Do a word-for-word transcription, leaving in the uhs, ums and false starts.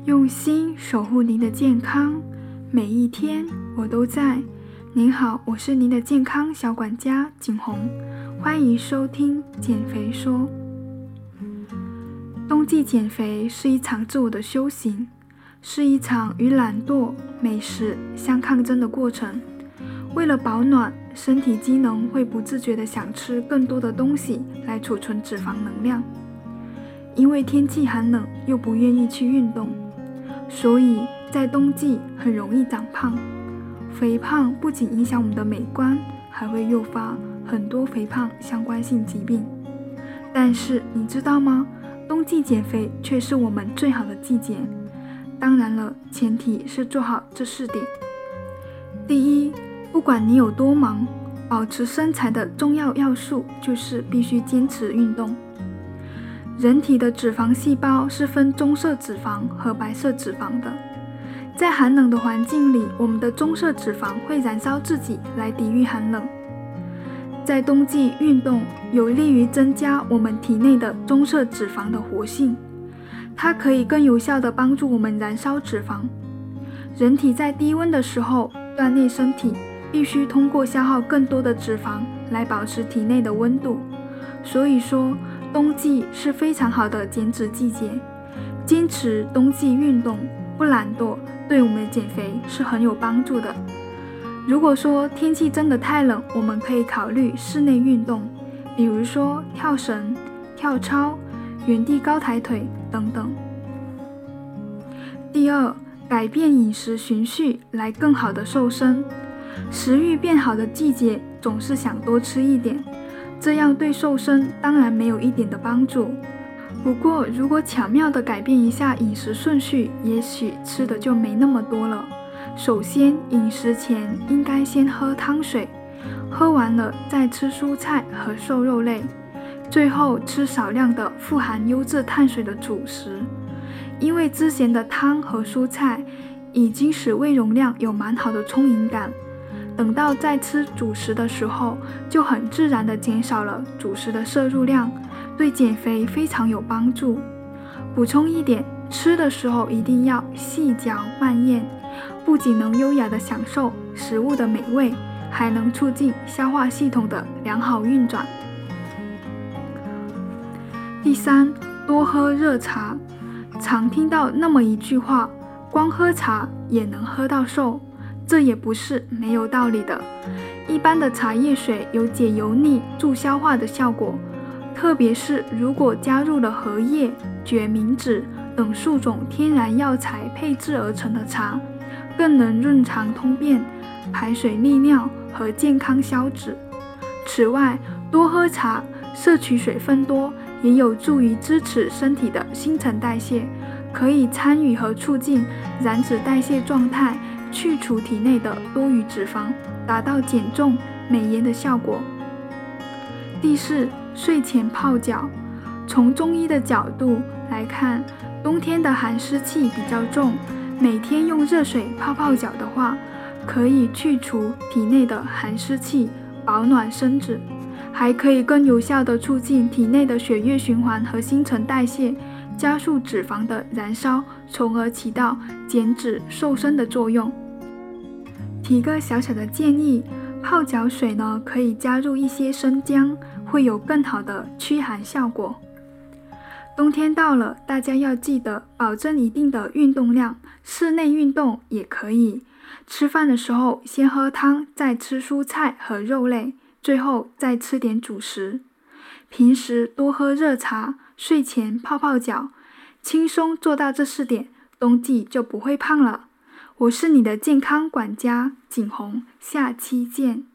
用心守护您的健康，每一天我都在。您好，我是您的健康小管家景红，欢迎收听减肥说。冬季减肥是一场自我的修行，是一场与懒惰、美食相抗争的过程。为了保暖，身体机能会不自觉地想吃更多的东西来储存脂肪能量。因为天气寒冷，又不愿意去运动，所以在冬季很容易长胖。肥胖不仅影响我们的美观，还会诱发很多肥胖相关性疾病。但是你知道吗？冬季减肥却是我们最好的季节。当然了，前提是做好这四点。第一，不管你有多忙，保持身材的重要要素就是必须坚持运动。人体的脂肪细胞是分棕色脂肪和白色脂肪的。在寒冷的环境里，我们的棕色脂肪会燃烧自己来抵御寒冷。在冬季运动有利于增加我们体内的棕色脂肪的活性，它可以更有效地帮助我们燃烧脂肪。人体在低温的时候锻炼身体，必须通过消耗更多的脂肪来保持体内的温度。所以说，冬季是非常好的减脂季节。坚持冬季运动，不懒惰，对我们的减肥是很有帮助的。如果说天气真的太冷，我们可以考虑室内运动，比如说跳绳、跳操、原地高抬腿等等。第二，改变饮食循序来更好的瘦身。食欲变好的季节，总是想多吃一点，这样对瘦身当然没有一点的帮助。不过如果巧妙地改变一下饮食顺序，也许吃的就没那么多了。首先，饮食前应该先喝汤水，喝完了再吃蔬菜和瘦肉类，最后吃少量的富含优质碳水的主食。因为之前的汤和蔬菜已经使胃容量有蛮好的充盈感，等到再吃主食的时候，就很自然地减少了主食的摄入量，对减肥非常有帮助。补充一点，吃的时候一定要细嚼慢咽，不仅能优雅地享受食物的美味，还能促进消化系统的良好运转。第三，多喝热茶。常听到那么一句话，光喝茶也能喝到瘦，这也不是没有道理的。一般的茶叶水有解油腻、助消化的效果，特别是如果加入了荷叶、决明子等数种天然药材配制而成的茶，更能润肠通便、排水利尿和健康消脂。此外，多喝茶，摄取水分多，也有助于支持身体的新陈代谢，可以参与和促进燃脂代谢状态，去除体内的多余脂肪，达到减重、美颜的效果。第四，睡前泡脚。从中医的角度来看，冬天的寒湿气比较重，每天用热水泡泡脚的话，可以去除体内的寒湿气，保暖生脂，还可以更有效地促进体内的血液循环和新陈代谢，加速脂肪的燃烧，从而起到减脂瘦身的作用。提个小小的建议，泡脚水呢，可以加入一些生姜，会有更好的驱寒效果。冬天到了，大家要记得保证一定的运动量，室内运动也可以。吃饭的时候先喝汤，再吃蔬菜和肉类，最后再吃点主食。平时多喝热茶，睡前泡泡脚，轻松做到这四点，冬季就不会胖了。我是你的健康管家景红，下期见。